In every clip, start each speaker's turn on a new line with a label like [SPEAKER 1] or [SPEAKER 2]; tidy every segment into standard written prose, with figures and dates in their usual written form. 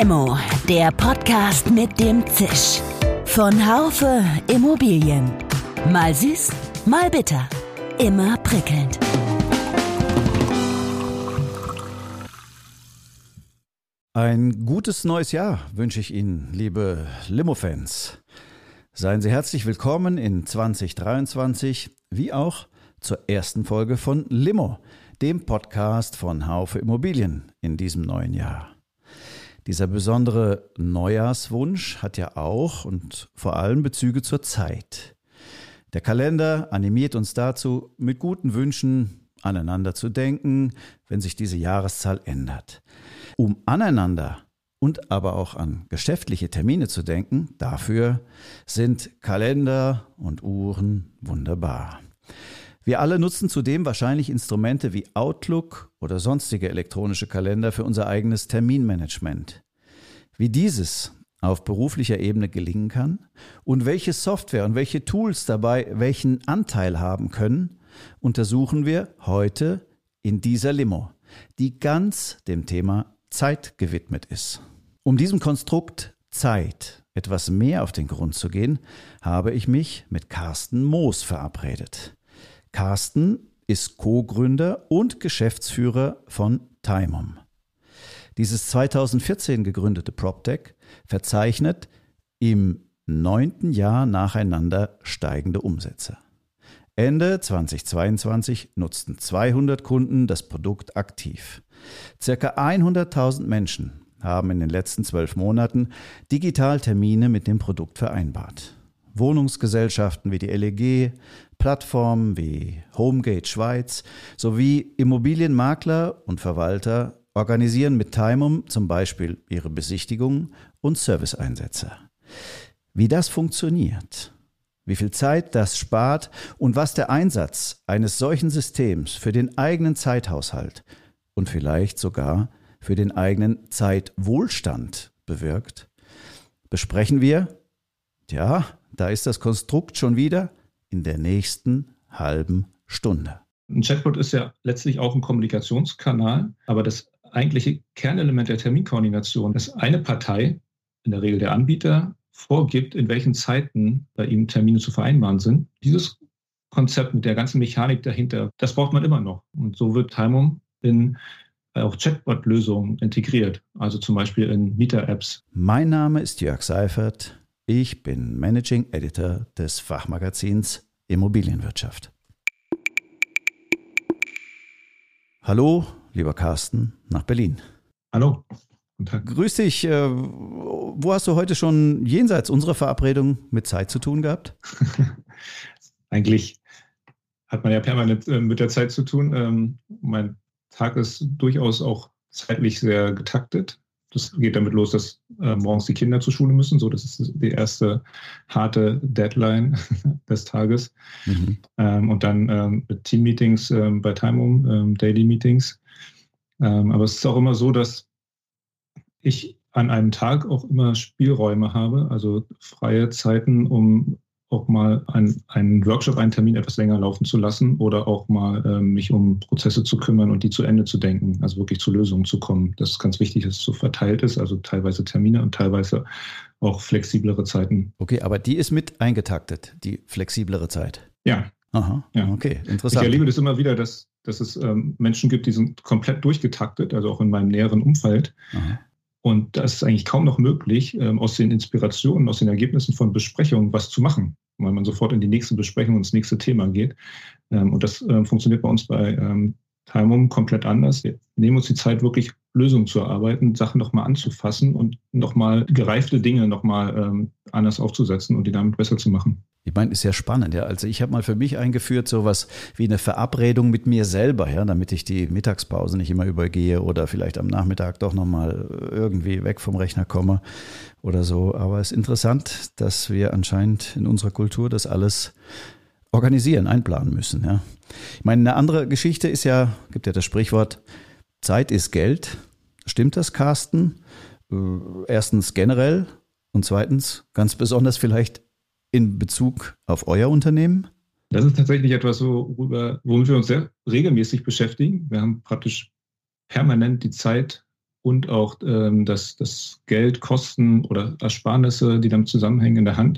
[SPEAKER 1] Limo, der Podcast mit dem Zisch. Von Haufe Immobilien. Mal süß, mal bitter. Immer prickelnd.
[SPEAKER 2] Ein gutes neues Jahr wünsche ich Ihnen, liebe Limo-Fans. Seien Sie herzlich willkommen in 2023, wie auch zur ersten Folge von Limo, dem Podcast von Haufe Immobilien in diesem neuen Jahr. Dieser besondere Neujahrswunsch hat ja auch und vor allem Bezüge zur Zeit. Der Kalender animiert uns dazu, mit guten Wünschen aneinander zu denken, wenn sich diese Jahreszahl ändert. Um aneinander und aber auch an geschäftliche Termine zu denken, dafür sind Kalender und Uhren wunderbar. Wir alle nutzen zudem wahrscheinlich Instrumente wie Outlook oder sonstige elektronische Kalender für unser eigenes Terminmanagement. Wie dieses auf beruflicher Ebene gelingen kann und welche Software und welche Tools dabei welchen Anteil haben können, untersuchen wir heute in dieser Limo, die ganz dem Thema Zeit gewidmet ist. Um diesem Konstrukt Zeit etwas mehr auf den Grund zu gehen, habe ich mich mit Carsten Moos verabredet. Carsten ist Co-Gründer und Geschäftsführer von Timom. Dieses 2014 gegründete PropTech verzeichnet im 9. Jahr nacheinander steigende Umsätze. Ende 2022 nutzten 200 Kunden das Produkt aktiv. Circa 100.000 Menschen haben in den letzten 12 Monaten digital Termine mit dem Produkt vereinbart. Wohnungsgesellschaften wie die LEG, Plattformen wie Homegate Schweiz sowie Immobilienmakler und Verwalter organisieren mit Timom zum Beispiel ihre Besichtigungen und Serviceeinsätze. Wie das funktioniert, wie viel Zeit das spart und was der Einsatz eines solchen Systems für den eigenen Zeithaushalt und vielleicht sogar für den eigenen Zeitwohlstand bewirkt, besprechen wir, da ist das Konstrukt schon wieder, in der nächsten halben Stunde.
[SPEAKER 3] Ein Chatbot ist ja letztlich auch ein Kommunikationskanal, aber das eigentliche Kernelement der Terminkoordination, dass eine Partei, in der Regel der Anbieter, vorgibt, in welchen Zeiten bei ihm Termine zu vereinbaren sind. Dieses Konzept mit der ganzen Mechanik dahinter, das braucht man immer noch. Und so wird Timom in auch Chatbot-Lösungen integriert, also zum Beispiel in Mieter-Apps.
[SPEAKER 2] Mein Name ist Jörg Seifert. Ich bin Managing Editor des Fachmagazins Immobilienwirtschaft. Hallo, lieber Carsten, nach Berlin.
[SPEAKER 3] Hallo, guten Tag.
[SPEAKER 2] Grüß dich. Wo hast du heute schon jenseits unserer Verabredung mit Zeit zu tun gehabt?
[SPEAKER 3] Eigentlich hat man ja permanent mit der Zeit zu tun. Mein Tag ist durchaus auch zeitlich sehr getaktet. Das geht damit los, dass morgens die Kinder zur Schule müssen. So, das ist die erste harte Deadline des Tages. Mhm. Und dann mit Team-Meetings bei Timom, Daily Meetings. Aber es ist auch immer so, dass ich an einem Tag auch immer Spielräume habe, also freie Zeiten, um auch mal einen Workshop, einen Termin etwas länger laufen zu lassen oder auch mal mich um Prozesse zu kümmern und die zu Ende zu denken, also wirklich zu Lösungen zu kommen. Das ist ganz wichtig, dass es so verteilt ist, also teilweise Termine und teilweise auch flexiblere Zeiten.
[SPEAKER 2] Okay, aber die ist mit eingetaktet, die flexiblere Zeit?
[SPEAKER 3] Ja.
[SPEAKER 2] Aha, ja. Okay, interessant.
[SPEAKER 3] Ich erlebe das immer wieder, dass es Menschen gibt, die sind komplett durchgetaktet, also auch in meinem näheren Umfeld. Aha. Und da ist es eigentlich kaum noch möglich, aus den Inspirationen, aus den Ergebnissen von Besprechungen was zu machen, weil man sofort in die nächste Besprechung und ins nächste Thema geht. Und das funktioniert bei uns bei Timom komplett anders. Wir nehmen uns die Zeit, wirklich Lösungen zu erarbeiten, Sachen nochmal anzufassen und nochmal gereifte Dinge nochmal anders aufzusetzen und die damit besser zu machen.
[SPEAKER 2] Ich meine, ist ja spannend, ja. Also ich habe mal für mich eingeführt sowas wie eine Verabredung mit mir selber, ja, damit ich die Mittagspause nicht immer übergehe oder vielleicht am Nachmittag doch nochmal irgendwie weg vom Rechner komme oder so. Aber es ist interessant, dass wir anscheinend in unserer Kultur das alles organisieren, einplanen müssen, ja. Ich meine, eine andere Geschichte ist ja, gibt ja das Sprichwort, Zeit ist Geld. Stimmt das, Carsten? Erstens generell und zweitens ganz besonders vielleicht in Bezug auf euer Unternehmen?
[SPEAKER 3] Das ist tatsächlich etwas, womit wir uns sehr regelmäßig beschäftigen. Wir haben praktisch permanent die Zeit und auch das Geld, Kosten oder Ersparnisse, die damit zusammenhängen, in der Hand.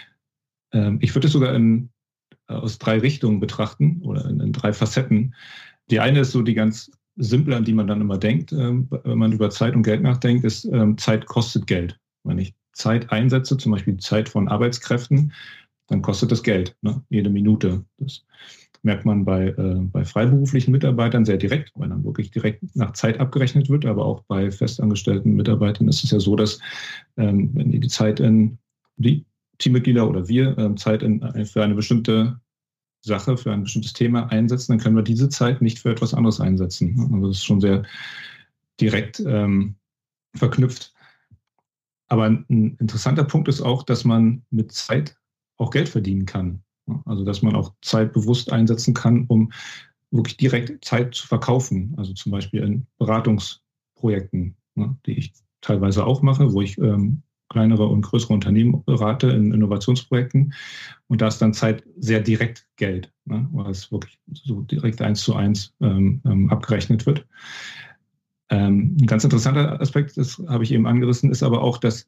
[SPEAKER 3] Ich würde es sogar aus 3 Richtungen betrachten oder in 3 Facetten. Die eine ist so die ganz simple, an die man dann immer denkt, wenn man über Zeit und Geld nachdenkt, ist Zeit kostet Geld. Wenn ich Zeit einsetze, zum Beispiel Zeit von Arbeitskräften, dann kostet das Geld, ne? Jede Minute. Das merkt man bei freiberuflichen Mitarbeitern sehr direkt, weil dann wirklich direkt nach Zeit abgerechnet wird, aber auch bei festangestellten Mitarbeitern ist es ja so, dass wenn die Zeit die Teammitglieder oder wir Zeit für eine bestimmte Sache, für ein bestimmtes Thema einsetzen, dann können wir diese Zeit nicht für etwas anderes einsetzen. Also das ist schon sehr direkt verknüpft. Aber ein interessanter Punkt ist auch, dass man mit Zeit auch Geld verdienen kann. Also dass man auch Zeit bewusst einsetzen kann, um wirklich direkt Zeit zu verkaufen. Also zum Beispiel in Beratungsprojekten, die ich teilweise auch mache, wo ich kleinere und größere Unternehmen berate in Innovationsprojekten. Und da ist dann Zeit sehr direkt Geld, weil es wirklich so direkt 1:1 abgerechnet wird. Ein ganz interessanter Aspekt, das habe ich eben angerissen, ist aber auch, dass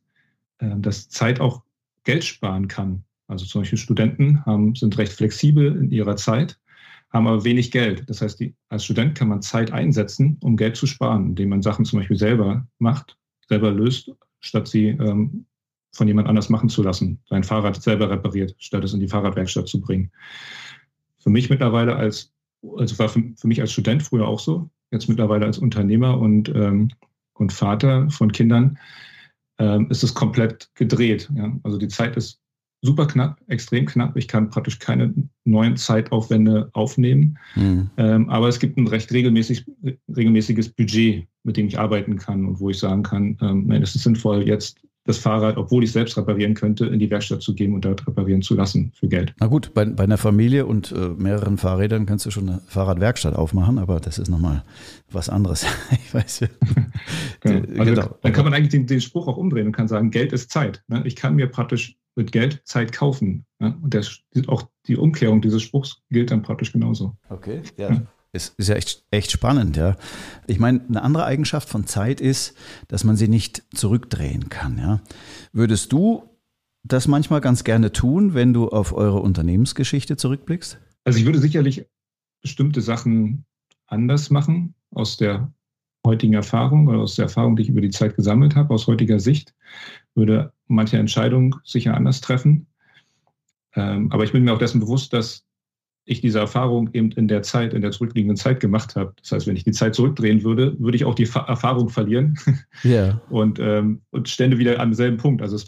[SPEAKER 3] Zeit auch Geld sparen kann. Also zum Beispiel Studenten sind recht flexibel in ihrer Zeit, haben aber wenig Geld. Das heißt, als Student kann man Zeit einsetzen, um Geld zu sparen, indem man Sachen zum Beispiel selber macht, selber löst, statt sie von jemand anders machen zu lassen. Sein Fahrrad selber repariert, statt es in die Fahrradwerkstatt zu bringen. Für mich mittlerweile war für mich als Student früher auch so, jetzt mittlerweile als Unternehmer und Vater von Kindern, ist es komplett gedreht. Ja? Also die Zeit ist super knapp, extrem knapp. Ich kann praktisch keine neuen Zeitaufwände aufnehmen. Aber es gibt ein recht regelmäßiges Budget, mit dem ich arbeiten kann und wo ich sagen kann, es ist sinnvoll, jetzt das Fahrrad, obwohl ich es selbst reparieren könnte, in die Werkstatt zu geben und dort reparieren zu lassen für Geld.
[SPEAKER 2] Na gut, bei einer Familie und mehreren Fahrrädern kannst du schon eine Fahrradwerkstatt aufmachen, aber das ist nochmal was anderes. Ich weiß ja.
[SPEAKER 3] Genau. Dann kann man eigentlich den Spruch auch umdrehen und kann sagen, Geld ist Zeit. Ne? Ich kann mir praktisch mit Geld Zeit kaufen. Ja? Und auch die Umkehrung dieses Spruchs gilt dann praktisch genauso.
[SPEAKER 2] Okay, ja. Es ist ja echt spannend, ja. Ich meine, eine andere Eigenschaft von Zeit ist, dass man sie nicht zurückdrehen kann, ja. Würdest du das manchmal ganz gerne tun, wenn du auf eure Unternehmensgeschichte zurückblickst?
[SPEAKER 3] Also ich würde sicherlich bestimmte Sachen anders machen aus der heutigen Erfahrung oder aus der Erfahrung, die ich über die Zeit gesammelt habe, aus heutiger Sicht, würde manche Entscheidungen sicher anders treffen. Aber ich bin mir auch dessen bewusst, dass ich diese Erfahrung eben in der zurückliegenden Zeit gemacht habe. Das heißt, wenn ich die Zeit zurückdrehen würde, würde ich auch die Erfahrung verlieren.
[SPEAKER 2] Yeah.
[SPEAKER 3] und stände wieder am selben Punkt. Also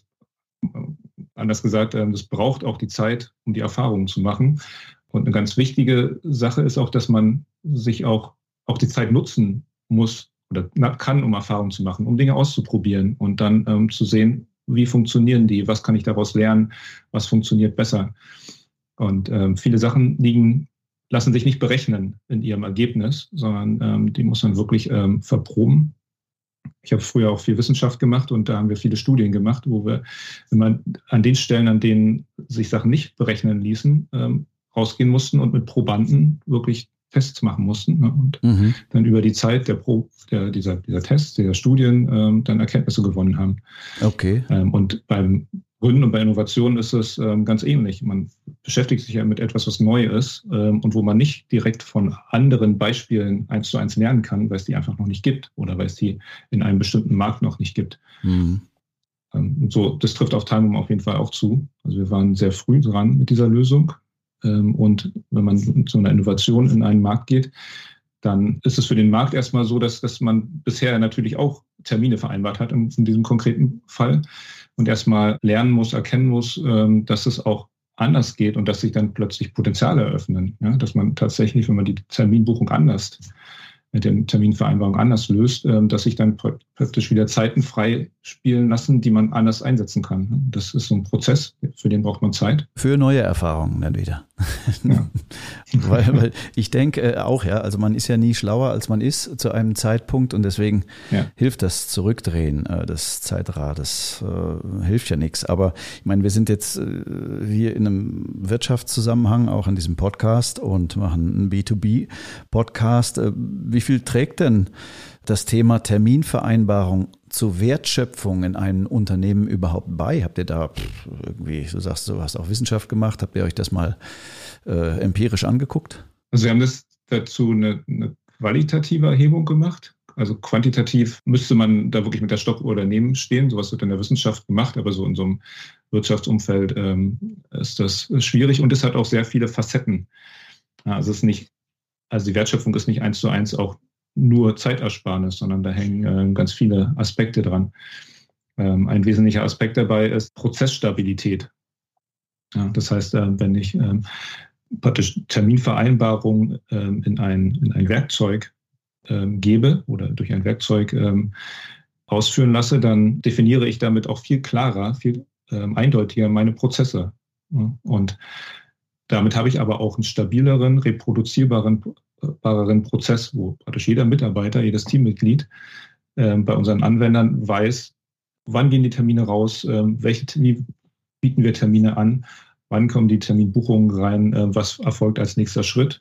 [SPEAKER 3] anders gesagt, es braucht auch die Zeit, um die Erfahrungen zu machen. Und eine ganz wichtige Sache ist auch, dass man sich auch die Zeit nutzen muss oder kann, um Erfahrungen zu machen, um Dinge auszuprobieren und dann zu sehen, wie funktionieren die, was kann ich daraus lernen, was funktioniert besser. Und viele Sachen lassen sich nicht berechnen in ihrem Ergebnis, sondern die muss man wirklich verproben. Ich habe früher auch viel Wissenschaft gemacht und da haben wir viele Studien gemacht, wo wir immer an den Stellen, an denen sich Sachen nicht berechnen ließen, rausgehen mussten und mit Probanden wirklich Tests machen mussten, ne? Und dann über die Zeit dieser Tests, dieser Studien dann Erkenntnisse gewonnen haben.
[SPEAKER 2] Okay.
[SPEAKER 3] Und beim Gründen und bei Innovationen ist es ganz ähnlich. Man beschäftigt sich ja mit etwas, was neu ist und wo man nicht direkt von anderen Beispielen 1:1 lernen kann, weil es die einfach noch nicht gibt oder weil es die in einem bestimmten Markt noch nicht gibt. Und so, das trifft auf Timum auf jeden Fall auch zu. Also wir waren sehr früh dran mit dieser Lösung. Und wenn man mit so einer Innovation in einen Markt geht, dann ist es für den Markt erstmal so, dass man bisher natürlich auch Termine vereinbart hat in diesem konkreten Fall und erstmal lernen muss, erkennen muss, dass es auch anders geht und dass sich dann plötzlich Potenziale eröffnen. Ja? Dass man tatsächlich, wenn man die Terminbuchung anders mit der Terminvereinbarung anders löst, dass sich dann praktisch wieder Zeiten frei spielen lassen, die man anders einsetzen kann. Das ist so ein Prozess, für den braucht man Zeit.
[SPEAKER 2] Für neue Erfahrungen dann wieder.
[SPEAKER 3] Ja.
[SPEAKER 2] weil ich denke auch, ja, also man ist ja nie schlauer, als man ist zu einem Zeitpunkt und deswegen hilft das Zurückdrehen des Zeitrades, hilft ja nichts. Aber ich meine, wir sind jetzt hier in einem Wirtschaftszusammenhang, auch in diesem Podcast und machen einen B2B-Podcast. Wie viel trägt denn das Thema Terminvereinbarung zur Wertschöpfung in einem Unternehmen überhaupt bei? Habt ihr da irgendwie, du sagst, du hast auch Wissenschaft gemacht, habt ihr euch das mal empirisch angeguckt?
[SPEAKER 3] Also wir haben dazu eine qualitative Erhebung gemacht. Also quantitativ müsste man da wirklich mit der Stoppuhr daneben stehen. Sowas wird in der Wissenschaft gemacht, aber so in so einem Wirtschaftsumfeld ist das schwierig und es hat auch sehr viele Facetten. Ja, also die Wertschöpfung ist nicht 1:1 auch nur Zeitersparnis, sondern da hängen ganz viele Aspekte dran. Ein wesentlicher Aspekt dabei ist Prozessstabilität. Ja, das heißt, wenn ich praktisch Terminvereinbarung in ein Werkzeug gebe oder durch ein Werkzeug ausführen lasse, dann definiere ich damit auch viel klarer, viel eindeutiger meine Prozesse. Ja, und damit habe ich aber auch einen stabileren, reproduzierbaren Prozess, wo praktisch jeder Mitarbeiter, jedes Teammitglied bei unseren Anwendern weiß, wann gehen die Termine raus, wie bieten wir Termine an, wann kommen die Terminbuchungen rein, was erfolgt als nächster Schritt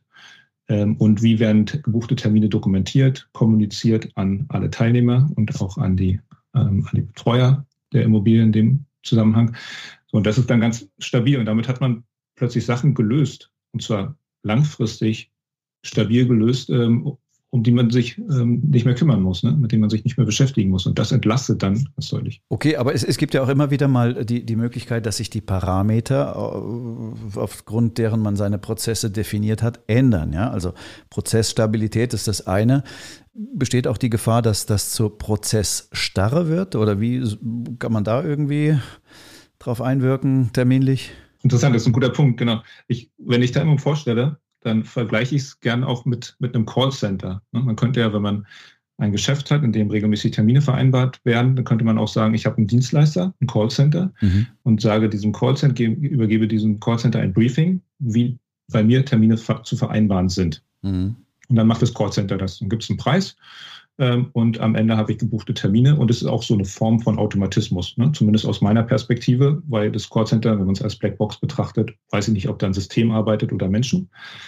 [SPEAKER 3] und wie werden gebuchte Termine dokumentiert, kommuniziert an alle Teilnehmer und auch an die Betreuer der Immobilien in dem Zusammenhang. So, und das ist dann ganz stabil und damit hat man plötzlich Sachen gelöst und zwar langfristig stabil gelöst, um die man sich nicht mehr kümmern muss, ne? Mit denen man sich nicht mehr beschäftigen muss. Und das entlastet dann ganz deutlich.
[SPEAKER 2] Okay, aber es gibt ja auch immer wieder mal die Möglichkeit, dass sich die Parameter, aufgrund deren man seine Prozesse definiert hat, ändern. Ja? Also Prozessstabilität ist das eine. Besteht auch die Gefahr, dass das zur Prozessstarre wird? Oder wie kann man da irgendwie drauf einwirken, terminlich?
[SPEAKER 3] Interessant, das ist ein guter Punkt, genau. Wenn ich da immer vorstelle, dann vergleiche ich es gern auch mit einem Callcenter. Man könnte ja, wenn man ein Geschäft hat, in dem regelmäßig Termine vereinbart werden, dann könnte man auch sagen, ich habe einen Dienstleister, ein Callcenter und sage diesem Callcenter, übergebe diesem Callcenter ein Briefing, wie bei mir Termine zu vereinbaren sind. Und dann macht das Callcenter das. Dann gibt es einen Preis und am Ende habe ich gebuchte Termine und es ist auch so eine Form von Automatismus, ne? Zumindest aus meiner Perspektive, weil das Callcenter, wenn man es als Blackbox betrachtet, weiß ich nicht, ob da ein System arbeitet oder Menschen.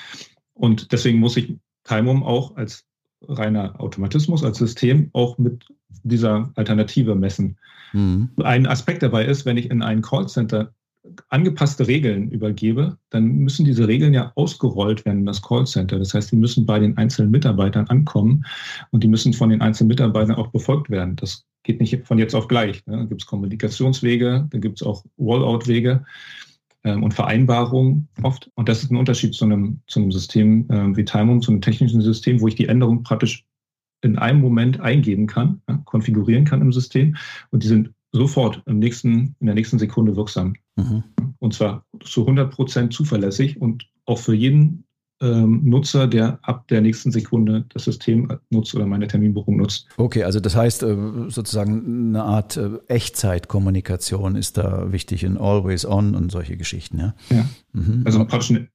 [SPEAKER 3] Und deswegen muss ich Timum auch als reiner Automatismus, als System auch mit dieser Alternative messen. Ein Aspekt dabei ist, wenn ich in ein Callcenter angepasste Regeln übergebe, dann müssen diese Regeln ja ausgerollt werden in das Callcenter. Das heißt, die müssen bei den einzelnen Mitarbeitern ankommen und die müssen von den einzelnen Mitarbeitern auch befolgt werden. Das geht nicht von jetzt auf gleich. Ne? Da gibt es Kommunikationswege, da gibt es auch Rollout-Wege und Vereinbarungen oft. Und das ist ein Unterschied zu einem System wie Timum, zu einem technischen System, wo ich die Änderung praktisch in einem Moment eingeben kann, ja, konfigurieren kann im System und die sind sofort in der nächsten Sekunde wirksam. Und zwar zu 100% zuverlässig und auch für jeden Nutzer, der ab der nächsten Sekunde das System nutzt oder meine Terminbuchung nutzt.
[SPEAKER 2] Okay, also das heißt sozusagen eine Art Echtzeitkommunikation ist da wichtig in Always On und solche Geschichten. Ja,
[SPEAKER 3] Also praktisch eine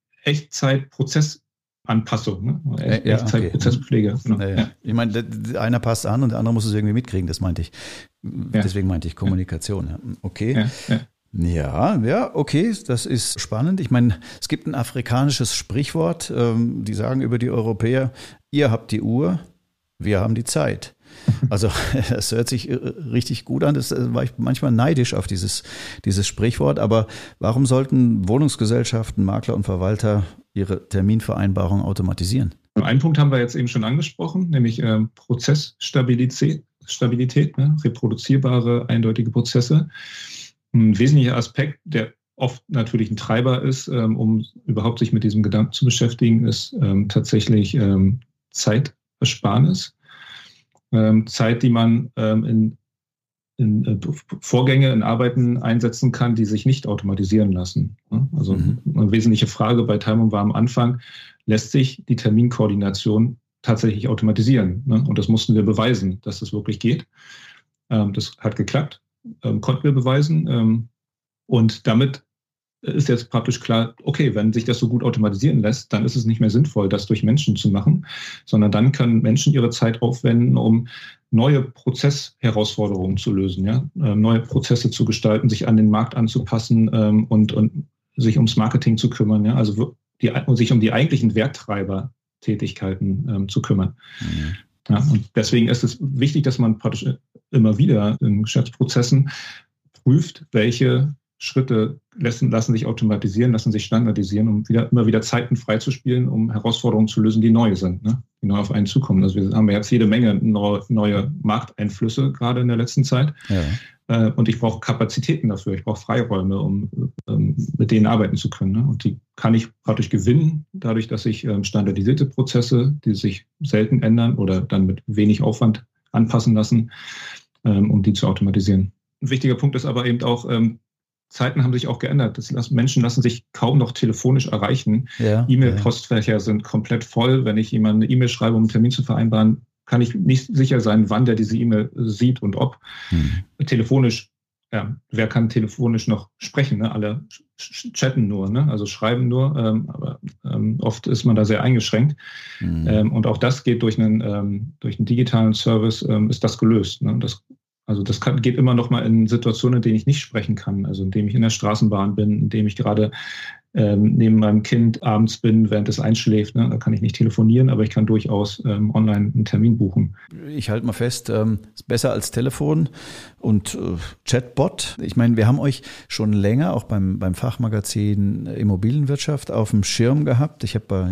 [SPEAKER 3] Echtzeitprozessanpassung, ne? Echtzeitprozesspflege.
[SPEAKER 2] Okay. Genau. Ja. Ich meine, einer passt an und der andere muss es irgendwie mitkriegen, das meinte ich. Deswegen meinte ich Kommunikation. Ja. Okay. Ja, okay, das ist spannend. Ich meine, es gibt ein afrikanisches Sprichwort, die sagen über die Europäer, ihr habt die Uhr, wir haben die Zeit. Also das hört sich richtig gut an, das war ich manchmal neidisch auf dieses Sprichwort, aber warum sollten Wohnungsgesellschaften, Makler und Verwalter ihre Terminvereinbarung automatisieren?
[SPEAKER 3] Einen Punkt haben wir jetzt eben schon angesprochen, nämlich Prozessstabilität, ne? Reproduzierbare, eindeutige Prozesse. Ein wesentlicher Aspekt, der oft natürlich ein Treiber ist, um überhaupt sich mit diesem Gedanken zu beschäftigen, ist tatsächlich Zeitersparnis. Zeit, die man in Vorgänge, in Arbeiten einsetzen kann, die sich nicht automatisieren lassen. Also eine wesentliche Frage bei Timum war am Anfang, lässt sich die Terminkoordination tatsächlich automatisieren? Ne? Und das mussten wir beweisen, dass das wirklich geht. Das hat geklappt. Konnten wir beweisen. Und damit ist jetzt praktisch klar, okay, wenn sich das so gut automatisieren lässt, dann ist es nicht mehr sinnvoll, das durch Menschen zu machen, sondern dann können Menschen ihre Zeit aufwenden, um neue Prozessherausforderungen zu lösen, ja? Neue Prozesse zu gestalten, sich an den Markt anzupassen und sich ums Marketing zu kümmern, ja? Also sich um die eigentlichen Werttreiber Tätigkeiten zu kümmern. Mhm. Ja, und deswegen ist es wichtig, dass man praktisch immer wieder in Geschäftsprozessen prüft, welche Schritte lassen sich automatisieren, lassen sich standardisieren, um immer wieder Zeiten freizuspielen, um Herausforderungen zu lösen, die neu sind, ne? Die neu auf einen zukommen. Also wir haben jetzt jede Menge neue Markteinflüsse gerade in der letzten Zeit. Ja. Und ich brauche Kapazitäten dafür, ich brauche Freiräume, um mit denen arbeiten zu können. Ne? Und die kann ich praktisch gewinnen, dadurch, dass ich standardisierte Prozesse, die sich selten ändern oder dann mit wenig Aufwand anpassen lassen, um die zu automatisieren. Ein wichtiger Punkt ist aber eben auch, Zeiten haben sich auch geändert. Menschen lassen sich kaum noch telefonisch erreichen. Ja, E-Mail-Postfächer sind komplett voll. Wenn ich jemandem eine E-Mail schreibe, um einen Termin zu vereinbaren, kann ich nicht sicher sein, wann der diese E-Mail sieht und ob. Telefonisch, ja, wer kann telefonisch noch sprechen? Ne? Alle chatten nur, ne? Also schreiben nur. Aber oft ist man da sehr eingeschränkt. Und auch das geht durch einen digitalen Service, ist das gelöst. Ne? Das geht immer noch mal in Situationen, in denen ich nicht sprechen kann. Also indem ich in der Straßenbahn bin, indem ich gerade neben meinem Kind abends bin, während es einschläft. Ne? Da kann ich nicht telefonieren, aber ich kann durchaus online einen Termin buchen.
[SPEAKER 2] Ich halte mal fest, ist besser als Telefon und Chatbot. Ich meine, wir haben euch schon länger auch beim Fachmagazin Immobilienwirtschaft auf dem Schirm gehabt. Ich habe bei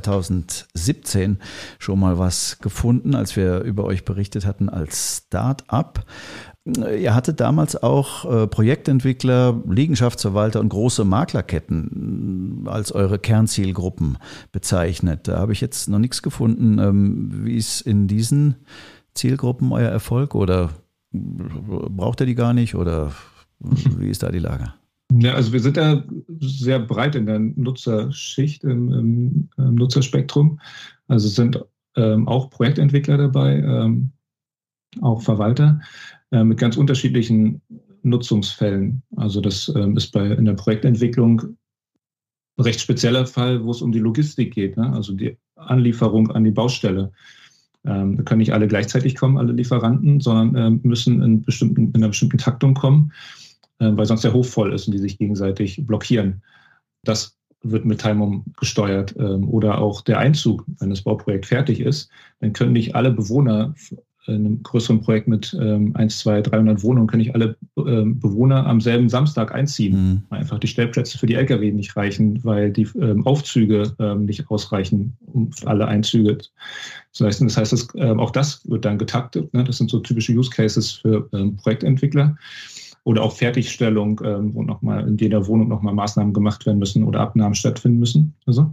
[SPEAKER 2] 2017 schon mal was gefunden, als wir über euch berichtet hatten als Start-up. Ihr hattet damals auch Projektentwickler, Liegenschaftsverwalter und große Maklerketten als eure Kernzielgruppen bezeichnet. Da habe ich jetzt noch nichts gefunden. Wie ist in diesen Zielgruppen euer Erfolg oder braucht ihr die gar nicht oder wie ist da die Lage?
[SPEAKER 3] Ja, also wir sind da sehr breit in der Nutzerschicht, im Nutzerspektrum. Also es sind auch Projektentwickler dabei, auch Verwalter, mit ganz unterschiedlichen Nutzungsfällen. Also das ist in der Projektentwicklung ein recht spezieller Fall, wo es um die Logistik geht, ne? Also die Anlieferung an die Baustelle. Da können nicht alle gleichzeitig kommen, alle Lieferanten, sondern müssen in einer bestimmten Taktung kommen, weil sonst der Hof voll ist und die sich gegenseitig blockieren. Das wird mit Timum gesteuert. Oder auch der Einzug, wenn das Bauprojekt fertig ist, dann können nicht alle Bewohner in einem größeren Projekt mit 1, 2, 300 Wohnungen, können nicht alle Bewohner am selben Samstag einziehen. Einfach die Stellplätze für die Lkw nicht reichen, weil die Aufzüge nicht ausreichen für alle Einzüge. Das heißt, auch das wird dann getaktet. Ne? Das sind so typische Use Cases für Projektentwickler. Oder auch Fertigstellung, wo nochmal in jeder Wohnung nochmal Maßnahmen gemacht werden müssen oder Abnahmen stattfinden müssen. Also.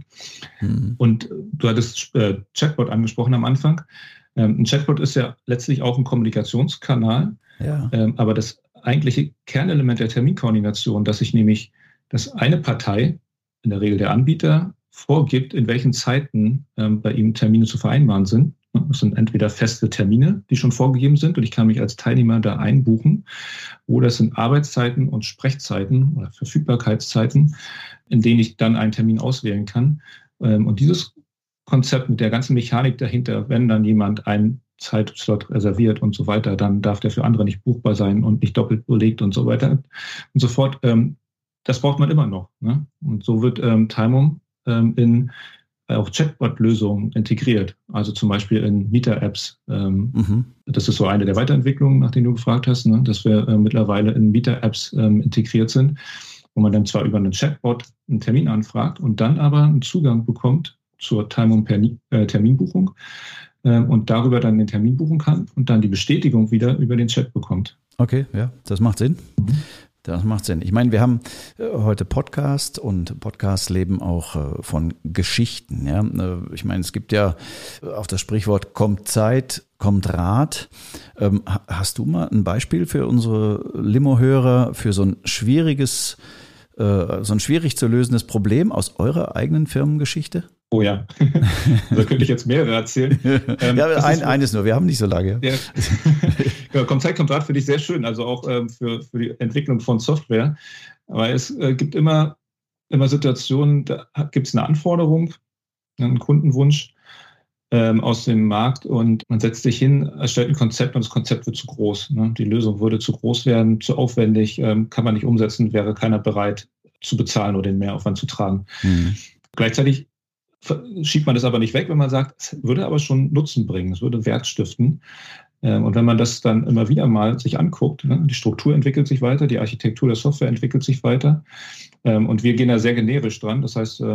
[SPEAKER 3] Und du hattest Chatbot angesprochen am Anfang. Ein Chatbot ist ja letztlich auch ein Kommunikationskanal, ja. Aber das eigentliche Kernelement der Terminkoordination, dass eine Partei, in der Regel der Anbieter, vorgibt, in welchen Zeiten bei ihm Termine zu vereinbaren sind. Es sind entweder feste Termine, die schon vorgegeben sind und ich kann mich als Teilnehmer da einbuchen, oder es sind Arbeitszeiten und Sprechzeiten oder Verfügbarkeitszeiten, in denen ich dann einen Termin auswählen kann. Und dieses Konzept mit der ganzen Mechanik dahinter, wenn dann jemand einen Zeitslot reserviert und so weiter, dann darf der für andere nicht buchbar sein und nicht doppelt belegt und so weiter und so fort. Das braucht man immer noch. Ne? Und so wird Timum in auch Chatbot-Lösungen integriert. Also zum Beispiel in Mieter-Apps. Das ist so eine der Weiterentwicklungen, nach denen du gefragt hast, ne? Dass wir mittlerweile in Mieter-Apps integriert sind, wo man dann zwar über einen Chatbot einen Termin anfragt und dann aber einen Zugang bekommt zur Terminbuchung und darüber dann den Termin buchen kann und dann die Bestätigung wieder über den Chat bekommt.
[SPEAKER 2] Okay, ja, das macht Sinn. Das macht Sinn. Ich meine, wir haben heute Podcast und Podcasts leben auch von Geschichten. Ja? Ich meine, es gibt ja auf das Sprichwort kommt Zeit, kommt Rat. Hast du mal ein Beispiel für unsere Limo-Hörer für so ein schwierig zu lösendes Problem aus eurer eigenen Firmengeschichte?
[SPEAKER 3] Oh ja, da könnte ich jetzt mehrere erzählen.
[SPEAKER 2] Eines nur, wir haben nicht so lange.
[SPEAKER 3] Ja. Ja, kommt Zeit, kommt Rat finde ich sehr schön, also auch für die Entwicklung von Software. Aber es gibt immer Situationen, da gibt es eine Anforderung, einen Kundenwunsch aus dem Markt und man setzt sich hin, erstellt ein Konzept und das Konzept wird zu groß. Ne? Die Lösung würde zu groß werden, zu aufwendig, kann man nicht umsetzen, wäre keiner bereit zu bezahlen oder den Mehraufwand zu tragen. Gleichzeitig schiebt man das aber nicht weg, wenn man sagt, es würde aber schon Nutzen bringen, es würde Wert stiften. Und wenn man das dann immer wieder mal sich anguckt, ne, die Struktur entwickelt sich weiter, die Architektur der Software entwickelt sich weiter, und wir gehen da sehr generisch dran. Das heißt,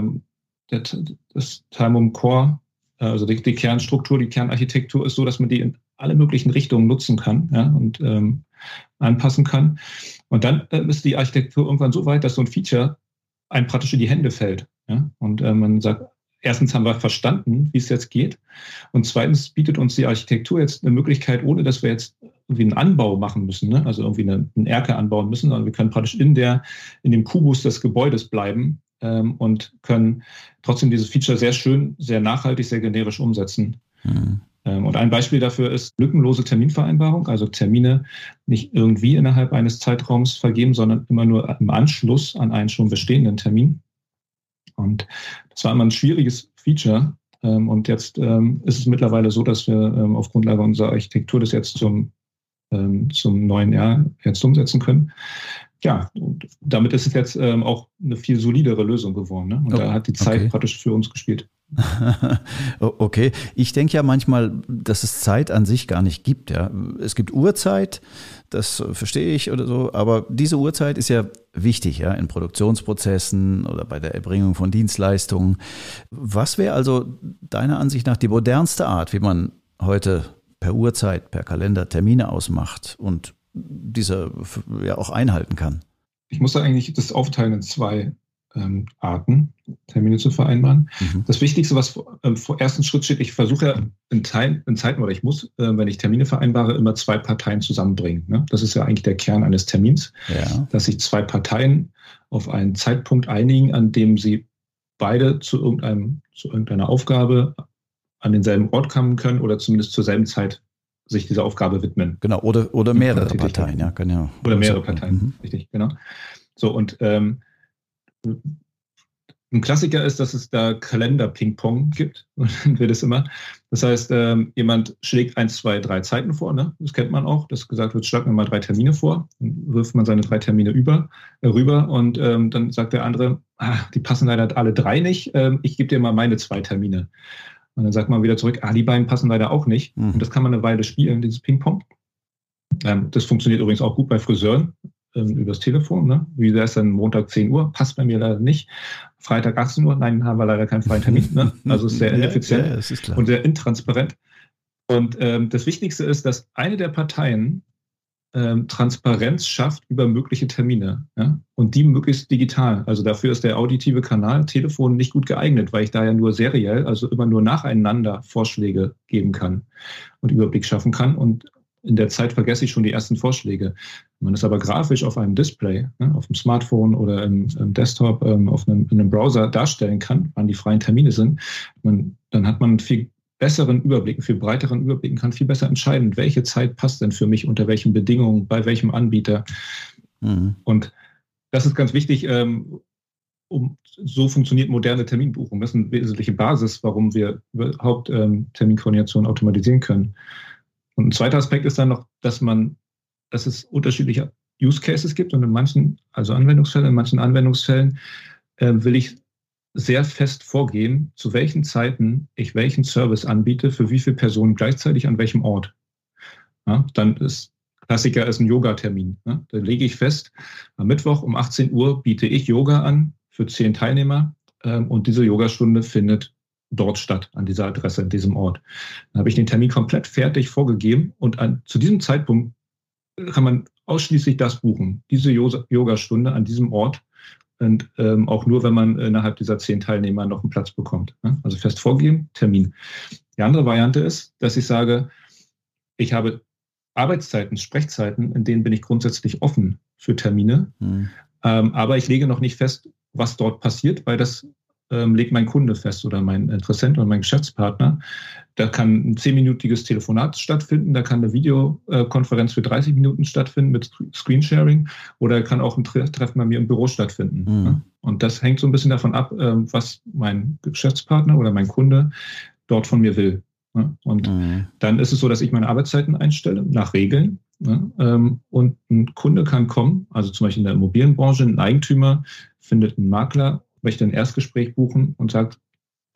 [SPEAKER 3] das Timum Core, also die Kernstruktur, die Kernarchitektur ist so, dass man die in alle möglichen Richtungen nutzen kann, ja, und anpassen kann. Und dann ist die Architektur irgendwann so weit, dass so ein Feature einem praktisch in die Hände fällt. Ja? Und man sagt, erstens haben wir verstanden, wie es jetzt geht. Und zweitens bietet uns die Architektur jetzt eine Möglichkeit, ohne dass wir jetzt irgendwie einen Anbau machen müssen, ne? Also irgendwie einen Erker anbauen müssen, sondern wir können praktisch in dem Kubus des Gebäudes bleiben und können trotzdem dieses Feature sehr schön, sehr nachhaltig, sehr generisch umsetzen. Mhm. Und ein Beispiel dafür ist lückenlose Terminvereinbarung, also Termine nicht irgendwie innerhalb eines Zeitraums vergeben, sondern immer nur im Anschluss an einen schon bestehenden Termin. Und das war immer ein schwieriges Feature. Und jetzt ist es mittlerweile so, dass wir auf Grundlage unserer Architektur das jetzt zum neuen Jahr jetzt umsetzen können. Ja, und damit ist es jetzt auch eine viel solidere Lösung geworden. Ne? Und da hat die Zeit praktisch für uns gespielt.
[SPEAKER 2] Okay, ich denke ja manchmal, dass es Zeit an sich gar nicht gibt. Ja. Es gibt Uhrzeit, das verstehe ich oder so, aber diese Uhrzeit ist ja wichtig, ja, in Produktionsprozessen oder bei der Erbringung von Dienstleistungen. Was wäre also deiner Ansicht nach die modernste Art, wie man heute per Uhrzeit, per Kalender Termine ausmacht und diese ja auch einhalten kann?
[SPEAKER 3] Ich muss da eigentlich das aufteilen in zwei Arten, Termine zu vereinbaren. Mhm. Das Wichtigste, was vor ersten Schritt steht, ich versuche ja in Zeiten, oder ich muss, wenn ich Termine vereinbare, immer zwei Parteien zusammenbringen. Ne? Das ist ja eigentlich der Kern eines Termins, dass sich zwei Parteien auf einen Zeitpunkt einigen, an dem sie beide zu irgendeiner Aufgabe an denselben Ort kommen können oder zumindest zur selben Zeit sich dieser Aufgabe widmen.
[SPEAKER 2] Genau, oder mehrere Parteien, ja, genau.
[SPEAKER 3] Oder mehrere Parteien, richtig, genau. So, und ein Klassiker ist, dass es da Kalender-Ping-Pong gibt. Und dann wird es immer. Das heißt, jemand schlägt 1, 2, 3 Zeiten vor. Ne? Das kennt man auch, dass gesagt wird, schlag mir mal 3 Termine vor. Dann wirft man seine 3 Termine rüber und dann sagt der andere, die passen leider alle 3 nicht. Ich gebe dir mal meine 2 Termine. Und dann sagt man wieder zurück, die beiden passen leider auch nicht. Mhm. Und das kann man eine Weile spielen, dieses Ping-Pong. Das funktioniert übrigens auch gut bei Friseuren. Übers Telefon, ne? Wie wäre es dann Montag 10 Uhr? Passt bei mir leider nicht. Freitag 18 Uhr? Nein, haben wir leider keinen freien Termin. Ne? Also ist sehr ineffizient
[SPEAKER 2] ist
[SPEAKER 3] und sehr intransparent. Und das Wichtigste ist, dass eine der Parteien Transparenz schafft über mögliche Termine. Ja? Und die möglichst digital. Also dafür ist der auditive Kanal Telefon nicht gut geeignet, weil ich da ja nur seriell, also immer nur nacheinander Vorschläge geben kann und Überblick schaffen kann. Und in der Zeit vergesse ich schon die ersten Vorschläge. Wenn man das aber grafisch auf einem Display, ne, auf dem Smartphone oder im Desktop, in einem Browser darstellen kann, wann die freien Termine sind, dann hat man einen viel besseren Überblick, einen viel breiteren Überblick und kann viel besser entscheiden, welche Zeit passt denn für mich, unter welchen Bedingungen, bei welchem Anbieter. Mhm. Und das ist ganz wichtig, so funktioniert moderne Terminbuchung. Das ist eine wesentliche Basis, warum wir überhaupt Terminkoordination automatisieren können. Und ein zweiter Aspekt ist dann noch, dass es unterschiedliche Use Cases gibt und in manchen Anwendungsfällen will ich sehr fest vorgehen, zu welchen Zeiten ich welchen Service anbiete, für wie viele Personen gleichzeitig an welchem Ort. Ja, dann ist Klassiker ist ein Yoga-Termin. Ne? Da lege ich fest, am Mittwoch um 18 Uhr biete ich Yoga an für 10 Teilnehmer und diese Yogastunde findet dort statt, an dieser Adresse, an diesem Ort. Dann habe ich den Termin komplett fertig vorgegeben und zu diesem Zeitpunkt kann man ausschließlich das buchen, diese Yogastunde an diesem Ort und auch nur, wenn man innerhalb dieser 10 Teilnehmer noch einen Platz bekommt. Ne? Also fest vorgegeben, Termin. Die andere Variante ist, dass ich sage, ich habe Arbeitszeiten, Sprechzeiten, in denen bin ich grundsätzlich offen für Termine, aber ich lege noch nicht fest, was dort passiert, weil das legt mein Kunde fest oder mein Interessent oder mein Geschäftspartner. Da kann ein 10-minütiges Telefonat stattfinden, da kann eine Videokonferenz für 30 Minuten stattfinden mit Screensharing oder kann auch ein Treffen bei mir im Büro stattfinden. Mhm. Und das hängt so ein bisschen davon ab, was mein Geschäftspartner oder mein Kunde dort von mir will. Und dann ist es so, dass ich meine Arbeitszeiten einstelle, nach Regeln. Und ein Kunde kann kommen, also zum Beispiel in der Immobilienbranche, ein Eigentümer findet einen Makler, möchte ein Erstgespräch buchen und sagt,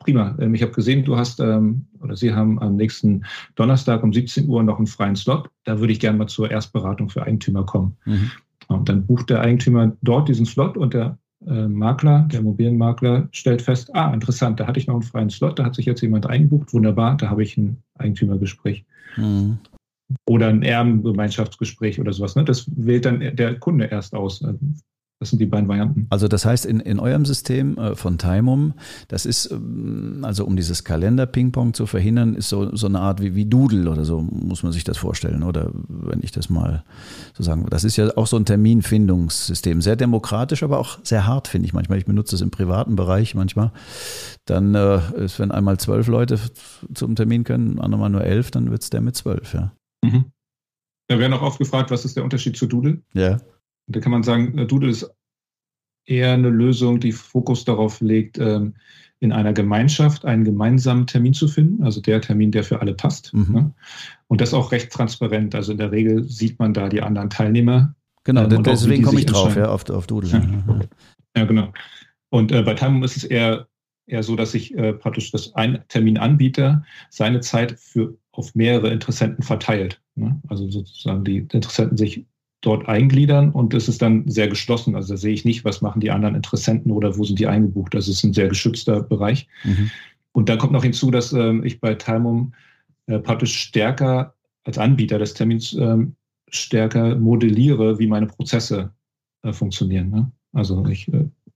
[SPEAKER 3] prima. Ich habe gesehen, du hast oder Sie haben am nächsten Donnerstag um 17 Uhr noch einen freien Slot. Da würde ich gerne mal zur Erstberatung für Eigentümer kommen. Mhm. Und dann bucht der Eigentümer dort diesen Slot und der Makler, der Immobilienmakler, stellt fest, interessant, da hatte ich noch einen freien Slot, da hat sich jetzt jemand eingebucht, wunderbar, da habe ich ein Eigentümergespräch. Mhm. Oder ein Erbengemeinschaftsgespräch oder sowas. Ne? Das wählt dann der Kunde erst aus. Das sind die beiden Varianten.
[SPEAKER 2] Also das heißt, in eurem System von Timum, das ist, also um dieses Kalender-Ping-Pong zu verhindern, ist so eine Art wie Doodle oder so, muss man sich das vorstellen. Oder wenn ich das mal so sagen will. Das ist ja auch so ein Terminfindungssystem. Sehr demokratisch, aber auch sehr hart, finde ich manchmal. Ich benutze das im privaten Bereich manchmal. Dann ist, wenn einmal 12 Leute zum Termin können, andermal nur 11, dann wird es der mit 12, ja.
[SPEAKER 3] Mhm. Da werden auch oft gefragt, was ist der Unterschied zu Doodle?
[SPEAKER 2] Ja.
[SPEAKER 3] Da kann man sagen, Doodle ist eher eine Lösung, die Fokus darauf legt, in einer Gemeinschaft einen gemeinsamen Termin zu finden, also der Termin, der für alle passt. Mhm. Ne? Und das auch recht transparent. Also in der Regel sieht man da die anderen Teilnehmer.
[SPEAKER 2] Genau, deswegen komme ich drauf, ja, auf Doodle.
[SPEAKER 3] Ja, genau. Und bei Timum ist es eher so, dass sich praktisch ein Terminanbieter seine Zeit auf mehrere Interessenten verteilt. Ne? Also sozusagen die Interessenten sich dort eingliedern und es ist dann sehr geschlossen. Also da sehe ich nicht, was machen die anderen Interessenten oder wo sind die eingebucht. Das ist ein sehr geschützter Bereich. Mhm. Und dann kommt noch hinzu, dass ich bei Timum praktisch stärker als Anbieter des Termins stärker modelliere, wie meine Prozesse funktionieren. Ne? Also ich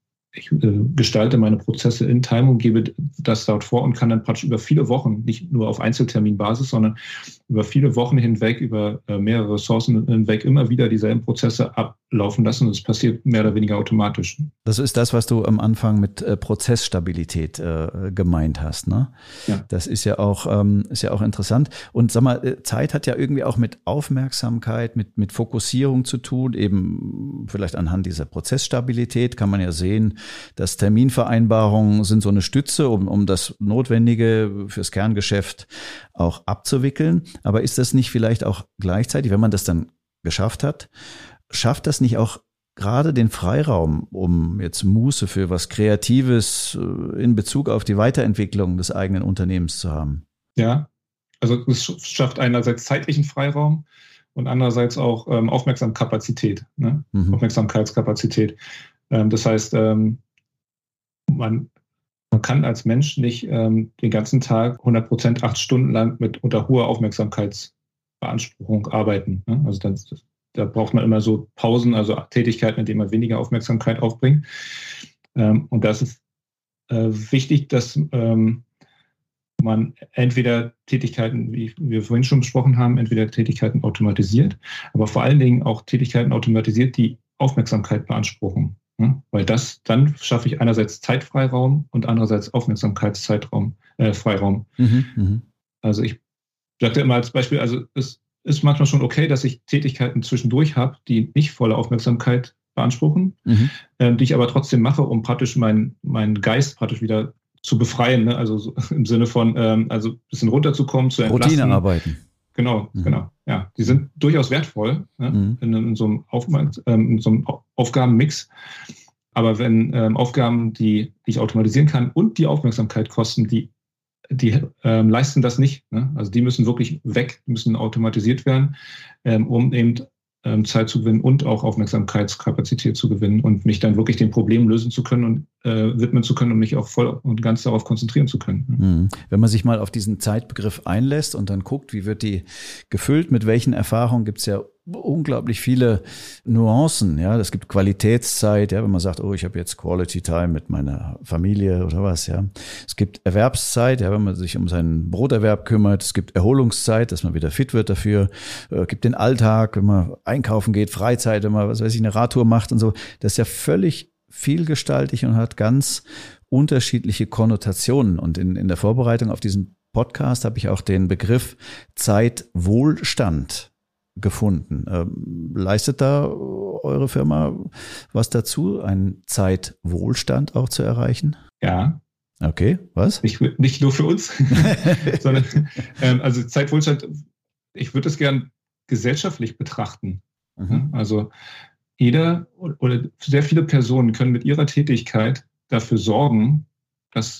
[SPEAKER 3] gestalte meine Prozesse in Timum, gebe das dort vor und kann dann praktisch über viele Wochen, nicht nur auf Einzelterminbasis, sondern über viele Wochen hinweg, über mehrere Ressourcen hinweg immer wieder dieselben Prozesse ablaufen lassen und es passiert mehr oder weniger automatisch.
[SPEAKER 2] Das ist das, was du am Anfang mit Prozessstabilität gemeint hast, ne? Ja. Das ist ja auch interessant. Und sag mal, Zeit hat ja irgendwie auch mit Aufmerksamkeit, mit Fokussierung zu tun, eben vielleicht anhand dieser Prozessstabilität kann man ja sehen, dass Terminvereinbarungen sind so eine Stütze, um das Notwendige fürs Kerngeschäft auch abzuwickeln. Aber ist das nicht vielleicht auch gleichzeitig, wenn man das dann geschafft hat, schafft das nicht auch gerade den Freiraum, um jetzt Muße für was Kreatives in Bezug auf die Weiterentwicklung des eigenen Unternehmens zu haben?
[SPEAKER 3] Ja, also es schafft einerseits zeitlichen Freiraum und andererseits auch Aufmerksamkeitskapazität, ne? Mhm. Aufmerksamkeitskapazität. Das heißt, man kann als Mensch nicht den ganzen Tag 100%, 8 Stunden lang unter hoher Aufmerksamkeitsbeanspruchung arbeiten. Ne? Also da braucht man immer so Pausen, also Tätigkeiten, in denen man weniger Aufmerksamkeit aufbringt. Und das ist wichtig, dass man entweder Tätigkeiten, wie wir vorhin schon besprochen haben, entweder Tätigkeiten automatisiert, aber vor allen Dingen auch Tätigkeiten automatisiert, die Aufmerksamkeit beanspruchen. Ja, weil dann schaffe ich einerseits Zeitfreiraum und andererseits Aufmerksamkeitsfreiraum. Also ich sagte immer als Beispiel, also es ist manchmal schon okay, dass ich Tätigkeiten zwischendurch habe, die nicht volle Aufmerksamkeit beanspruchen, die ich aber trotzdem mache, um praktisch meinen Geist praktisch wieder zu befreien, ne? Also so im Sinne von, also ein bisschen runterzukommen, zu entlasten.
[SPEAKER 2] Routinearbeiten.
[SPEAKER 3] Genau. Ja, die sind durchaus wertvoll, ne? in so einem Aufgabenmix. Aber wenn Aufgaben, die ich automatisieren kann und die Aufmerksamkeit kosten, die leisten das nicht. Ne? Also die müssen wirklich weg, müssen automatisiert werden, um eben Zeit zu gewinnen und auch Aufmerksamkeitskapazität zu gewinnen und mich dann wirklich den Problemen lösen zu können und widmen zu können und mich auch voll und ganz darauf konzentrieren zu können.
[SPEAKER 2] Wenn man sich mal auf diesen Zeitbegriff einlässt und dann guckt, wie wird die gefüllt, mit welchen Erfahrungen, gibt es ja unglaublich viele Nuancen. Ja, es gibt Qualitätszeit, ja, wenn man sagt, oh, ich habe jetzt Quality Time mit meiner Familie oder was. Ja, es gibt Erwerbszeit, ja, wenn man sich um seinen Broterwerb kümmert. Es gibt Erholungszeit, dass man wieder fit wird dafür. Gibt den Alltag, wenn man einkaufen geht, Freizeit, wenn man eine Radtour macht und so. Das ist ja völlig vielgestaltig und hat ganz unterschiedliche Konnotationen. Und in der Vorbereitung auf diesen Podcast habe ich auch den Begriff Zeitwohlstand gefunden. Leistet da eure Firma was dazu, einen Zeitwohlstand auch zu erreichen?
[SPEAKER 3] Ja.
[SPEAKER 2] Okay, was?
[SPEAKER 3] Nicht nur für uns, sondern also Zeitwohlstand, ich würde es gern gesellschaftlich betrachten. Also jeder oder sehr viele Personen können mit ihrer Tätigkeit dafür sorgen, dass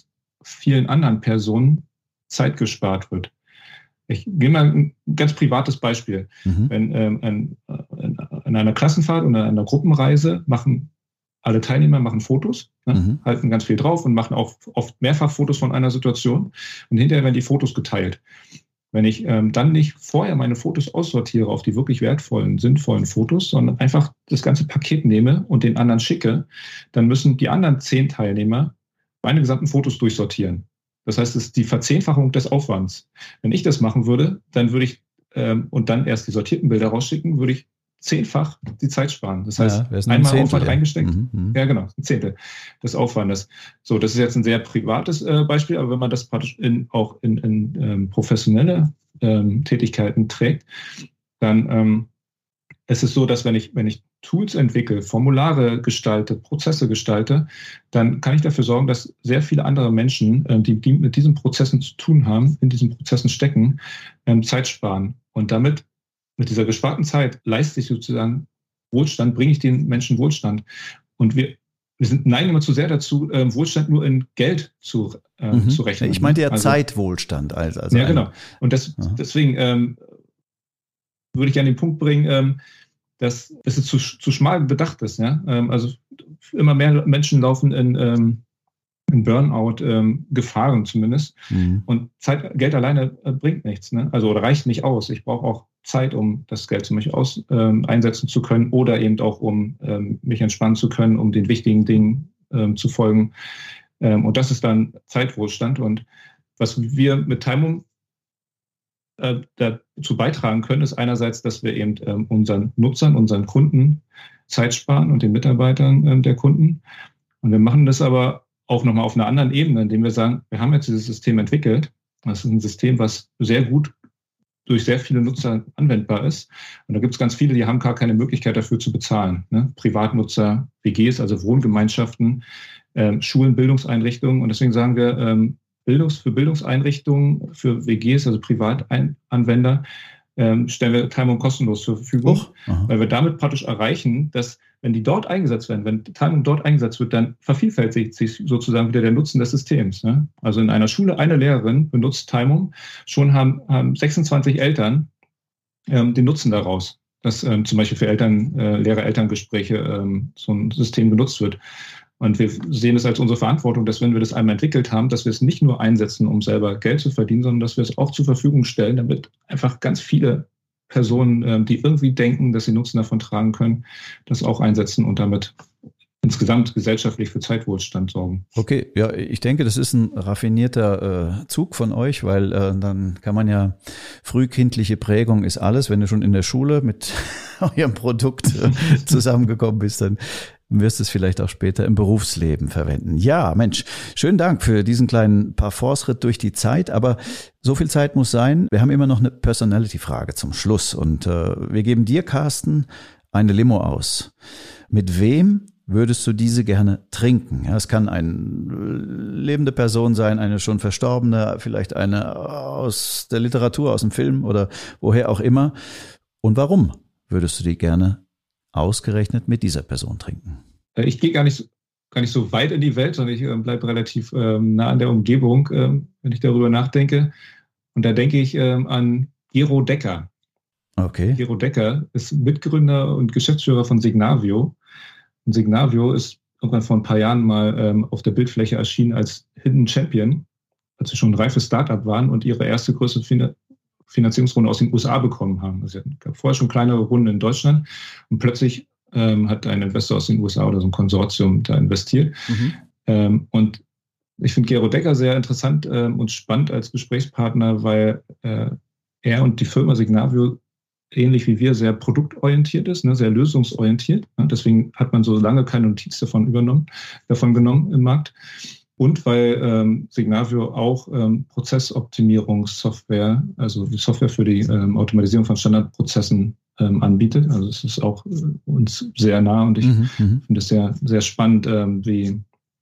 [SPEAKER 3] vielen anderen Personen Zeit gespart wird. Ich gebe mal ein ganz privates Beispiel. Wenn in einer Klassenfahrt oder einer Gruppenreise machen alle Teilnehmer Fotos, halten ganz viel drauf und machen auch oft mehrfach Fotos von einer Situation. Und hinterher werden die Fotos geteilt. Wenn ich dann nicht vorher meine Fotos aussortiere auf die wirklich wertvollen, sinnvollen Fotos, sondern einfach das ganze Paket nehme und den anderen schicke, dann müssen die anderen 10 Teilnehmer meine gesamten Fotos durchsortieren. Das heißt, es ist die Verzehnfachung des Aufwands. Wenn ich das machen würde, dann würde ich und dann erst die sortierten Bilder rausschicken, würde ich 10-fach die Zeit sparen. Das heißt, einmal Aufwand reingesteckt. Ja, genau, ein Zehntel des Aufwandes. So, das ist jetzt ein sehr privates Beispiel, aber wenn man das praktisch auch in professionelle Tätigkeiten trägt, dann ist es so, dass wenn ich Tools entwickle, Formulare gestalte, Prozesse gestalte, dann kann ich dafür sorgen, dass sehr viele andere Menschen, die mit diesen Prozessen zu tun haben, in diesen Prozessen stecken, Zeit sparen. Und damit, mit dieser gesparten Zeit, leiste ich sozusagen Wohlstand, bringe ich den Menschen Wohlstand. Und wir neigen immer zu sehr dazu, Wohlstand nur in Geld zu rechnen.
[SPEAKER 2] Ich meinte ja Zeitwohlstand. Also
[SPEAKER 3] ja, genau. Und deswegen würde ich an den Punkt bringen, dass es zu schmal bedacht ist. Ja? Also immer mehr Menschen laufen in Burnout, Gefahren zumindest. Und Geld alleine bringt nichts. Ne? Also oder reicht nicht aus. Ich brauche auch Zeit, um das Geld zum Beispiel einsetzen zu können oder eben auch, um mich entspannen zu können, um den wichtigen Dingen zu folgen. Und das ist dann Zeitwohlstand. Und was wir mit Timum dazu beitragen können, ist einerseits, dass wir eben unseren Nutzern, unseren Kunden Zeit sparen und den Mitarbeitern der Kunden. Und wir machen das aber auch nochmal auf einer anderen Ebene, indem wir sagen, wir haben jetzt dieses System entwickelt. Das ist ein System, was sehr gut durch sehr viele Nutzer anwendbar ist. Und da gibt es ganz viele, die haben gar keine Möglichkeit dafür zu bezahlen. Ne? Privatnutzer, WGs, also Wohngemeinschaften, Schulen, Bildungseinrichtungen. Und deswegen sagen wir, für Bildungseinrichtungen, für WGs, also Privatanwender, stellen wir Timum kostenlos zur Verfügung, weil wir damit praktisch erreichen, dass wenn die dort eingesetzt werden, wenn Timum dort eingesetzt wird, dann vervielfältigt sich sozusagen wieder der Nutzen des Systems. Ne? Also in einer Schule eine Lehrerin benutzt Timum, schon haben 26 Eltern den Nutzen daraus, dass zum Beispiel für Lehrer-Elterngespräche so ein System genutzt wird. Und wir sehen es als unsere Verantwortung, dass wenn wir das einmal entwickelt haben, dass wir es nicht nur einsetzen, um selber Geld zu verdienen, sondern dass wir es auch zur Verfügung stellen, damit einfach ganz viele Personen, die irgendwie denken, dass sie Nutzen davon tragen können, das auch einsetzen und damit insgesamt gesellschaftlich für Zeitwohlstand sorgen.
[SPEAKER 2] Okay, ja, ich denke, das ist ein raffinierter Zug von euch, weil dann kann man ja, frühkindliche Prägung ist alles. Wenn du schon in der Schule mit eurem Produkt zusammengekommen bist, dann wirst du es vielleicht auch später im Berufsleben verwenden. Ja, Mensch, schönen Dank für diesen kleinen Parforce-Ritt durch die Zeit, aber so viel Zeit muss sein. Wir haben immer noch eine Personality-Frage zum Schluss und wir geben dir, Carsten, eine Limo aus. Mit wem würdest du diese gerne trinken? Ja, es kann eine lebende Person sein, eine schon verstorbene, vielleicht eine aus der Literatur, aus dem Film oder woher auch immer. Und warum würdest du die gerne ausgerechnet mit dieser Person trinken?
[SPEAKER 3] Ich gehe gar nicht so weit in die Welt, sondern ich bleibe relativ nah an der Umgebung, wenn ich darüber nachdenke. Und da denke ich an Gero Decker.
[SPEAKER 2] Okay.
[SPEAKER 3] Gero Decker ist Mitgründer und Geschäftsführer von Signavio. Und Signavio ist irgendwann vor ein paar Jahren mal auf der Bildfläche erschienen als Hidden Champion, als sie schon ein reifes Startup waren und ihre erste größere Finanzierungsrunde aus den USA bekommen haben. Also es gab vorher schon kleinere Runden in Deutschland und plötzlich hat ein Investor aus den USA oder so ein Konsortium da investiert. Und ich finde Gero Decker sehr interessant und spannend als Gesprächspartner, weil er und die Firma Signavio ähnlich wie wir sehr produktorientiert ist, ne, sehr lösungsorientiert. Ne, deswegen hat man so lange keine Notiz davon genommen im Markt. Und weil Signavio auch Prozessoptimierungssoftware, also die Software für die Automatisierung von Standardprozessen anbietet. Also es ist auch uns sehr nah und ich finde es sehr, sehr spannend, wie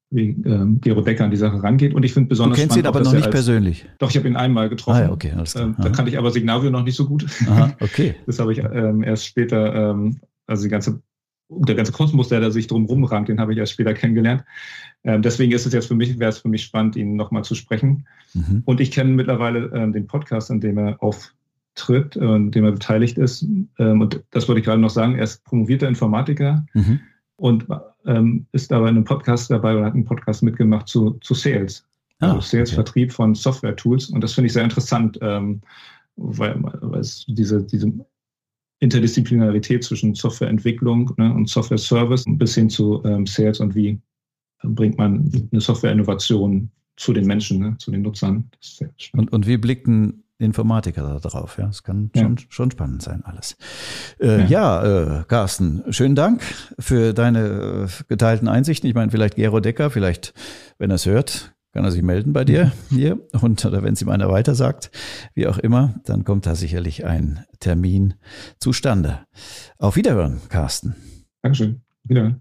[SPEAKER 3] Gero Decker an die Sache rangeht. Und ich finde besonders spannend.
[SPEAKER 2] Du kennst ihn aber noch nicht persönlich?
[SPEAKER 3] Doch, ich habe ihn einmal getroffen.
[SPEAKER 2] Ah ja, okay, alles klar.
[SPEAKER 3] Da kannte ich aber Signavio noch nicht so gut.
[SPEAKER 2] Aha, okay.
[SPEAKER 3] Das habe ich erst später, also die ganze der ganze Kosmos, der da sich drumherum rankt, den habe ich erst später kennengelernt. Deswegen wäre es für mich spannend, ihn nochmal zu sprechen. Mhm. Und ich kenne mittlerweile den Podcast, an dem er auftritt, an dem er beteiligt ist. Und das wollte ich gerade noch sagen. Er ist promovierter Informatiker und ist aber in einem Podcast dabei und hat einen Podcast mitgemacht zu Sales. Also Sales, okay. Vertrieb von Software-Tools. Und das finde ich sehr interessant, weil es diese Interdisziplinarität zwischen Softwareentwicklung, ne, und Software-Service bis hin zu Sales und wie bringt man eine Software-Innovation zu den Menschen, ne, zu den Nutzern. Das ist sehr spannend.
[SPEAKER 2] Und wie blickt ein Informatiker da drauf? Ja, das kann schon spannend sein alles. Carsten, schönen Dank für deine geteilten Einsichten. Ich meine, vielleicht Gero Decker, vielleicht, wenn er es hört, kann er sich melden bei dir hier oder wenn es ihm einer weiter sagt, wie auch immer, dann kommt da sicherlich ein Termin zustande. Auf Wiederhören, Carsten.
[SPEAKER 3] Dankeschön. Wiederhören.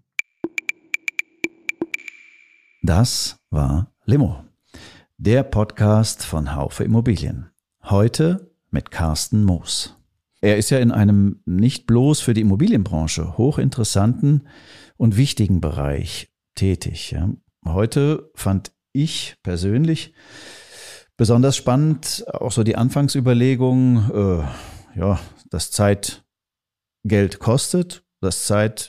[SPEAKER 2] Das war Limo, der Podcast von Haufe Immobilien. Heute mit Carsten Moos. Er ist ja in einem nicht bloß für die Immobilienbranche hochinteressanten und wichtigen Bereich tätig. Ja. Heute fand ich persönlich besonders spannend auch so die Anfangsüberlegung, dass Zeit Geld kostet, dass Zeit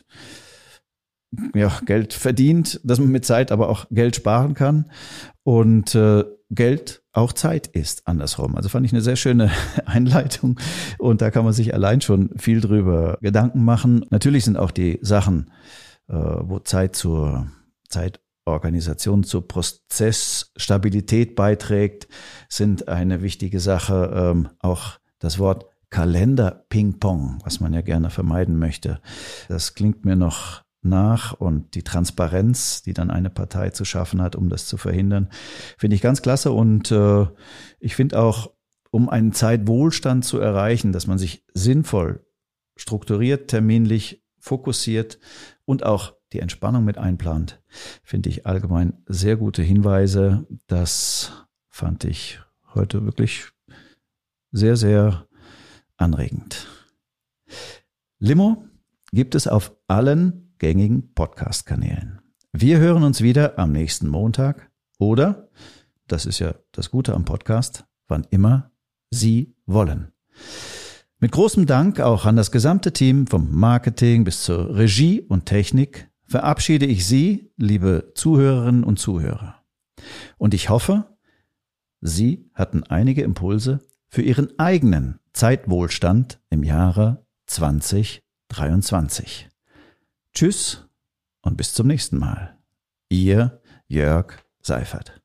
[SPEAKER 2] Geld verdient, dass man mit Zeit aber auch Geld sparen kann und Geld auch Zeit ist, andersrum. Also fand ich eine sehr schöne Einleitung und da kann man sich allein schon viel drüber Gedanken machen. Natürlich sind auch die Sachen, wo Zeit zur Zeitorganisation, zur Prozessstabilität beiträgt, sind eine wichtige Sache. Auch das Wort Kalender-Ping-Pong, was man ja gerne vermeiden möchte, das klingt mir noch nach und die Transparenz, die dann eine Partei zu schaffen hat, um das zu verhindern, finde ich ganz klasse und ich finde auch, um einen Zeitwohlstand zu erreichen, dass man sich sinnvoll strukturiert, terminlich fokussiert und auch die Entspannung mit einplant, finde ich allgemein sehr gute Hinweise. Das fand ich heute wirklich sehr, sehr anregend. Limo gibt es auf allen gängigen Podcast-Kanälen. Wir hören uns wieder am nächsten Montag oder, das ist ja das Gute am Podcast, wann immer Sie wollen. Mit großem Dank auch an das gesamte Team vom Marketing bis zur Regie und Technik verabschiede ich Sie, liebe Zuhörerinnen und Zuhörer. Und ich hoffe, Sie hatten einige Impulse für Ihren eigenen Zeitwohlstand im Jahre 2023. Tschüss und bis zum nächsten Mal. Ihr Jörg Seifert.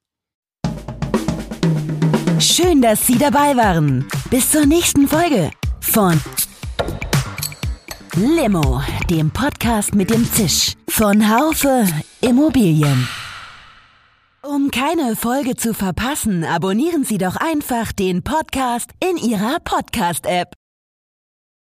[SPEAKER 1] Schön, dass Sie dabei waren. Bis zur nächsten Folge von Limo, dem Podcast mit dem Zisch von Haufe Immobilien. Um keine Folge zu verpassen, abonnieren Sie doch einfach den Podcast in Ihrer Podcast-App.